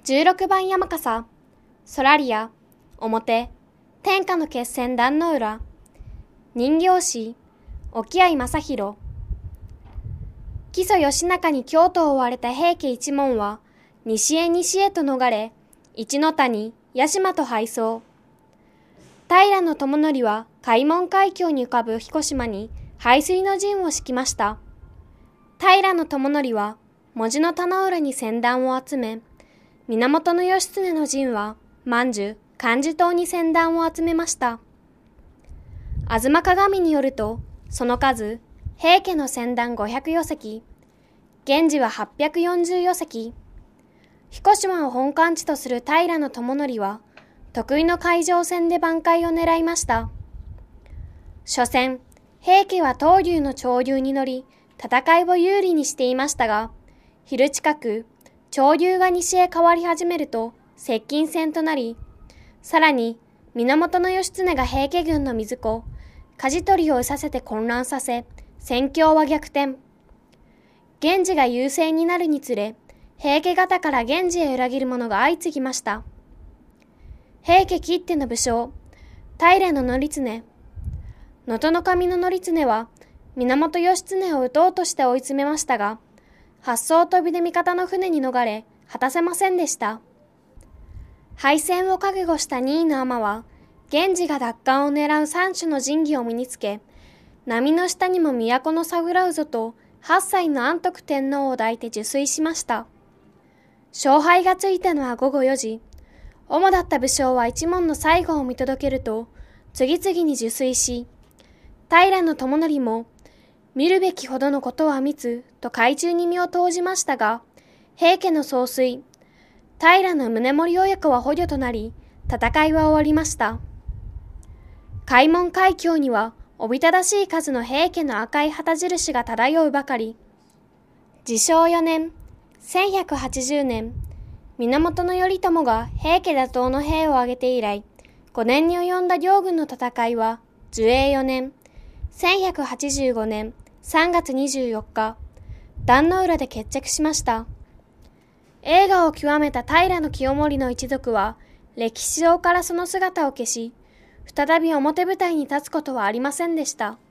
16番山笠、ソラリア、表、天下の決戦壇の浦、人形師、沖合正弘。木曽義仲に京都を追われた平家一門は、西へと逃れ、一ノ谷、屋島と敗走。平知盛は開門海峡に浮かぶ彦島に背水の陣を敷きました。平知盛は文字の棚浦に船団を集め、源義経の陣は万寿、漢字島に船団を集めました。吾妻鏡によると、その数、平家の船団500余隻、源氏は840余隻。彦島を本艦地とする平知盛は、得意の海上戦で挽回を狙いました。初戦、平家は東流の潮流に乗り、戦いを有利にしていましたが、昼近く、潮流が西へ変わり始めると、接近戦となり、さらに、源義経が平家軍の水子、舵取りを打たせて混乱させ、戦況は逆転。源氏が優勢になるにつれ、平家方から源氏へ裏切る者が相次ぎました。平家きっての武将、平教経。能登守の頼経は、源義経を討とうとして追い詰めましたが、八艘飛びで味方の船に逃れ、果たせませんでした。敗戦を覚悟した二位の尼は、源氏が奪還を狙う三種の神器を身につけ、波の下にも都の桜うぞと、8歳の安徳天皇を抱いて入水しました。勝敗がついたのは午後4時。主だった武将は一門の最後を見届けると、次々に入水し、平知盛も、見るべきほどのことは見つ、と海中に身を投じましたが、平家の総帥、平宗盛親子は捕虜となり、戦いは終わりました。開門海峡には、おびただしい数の平家の赤い旗印が漂うばかり。治承4年、1180年、源頼朝が平家打倒の兵を挙げて以来、5年に及んだ両軍の戦いは、寿永4年、1185年3月24日、壇の浦で決着しました。栄華を極めた平清盛の一族は、歴史上からその姿を消し、再び表舞台に立つことはありませんでした。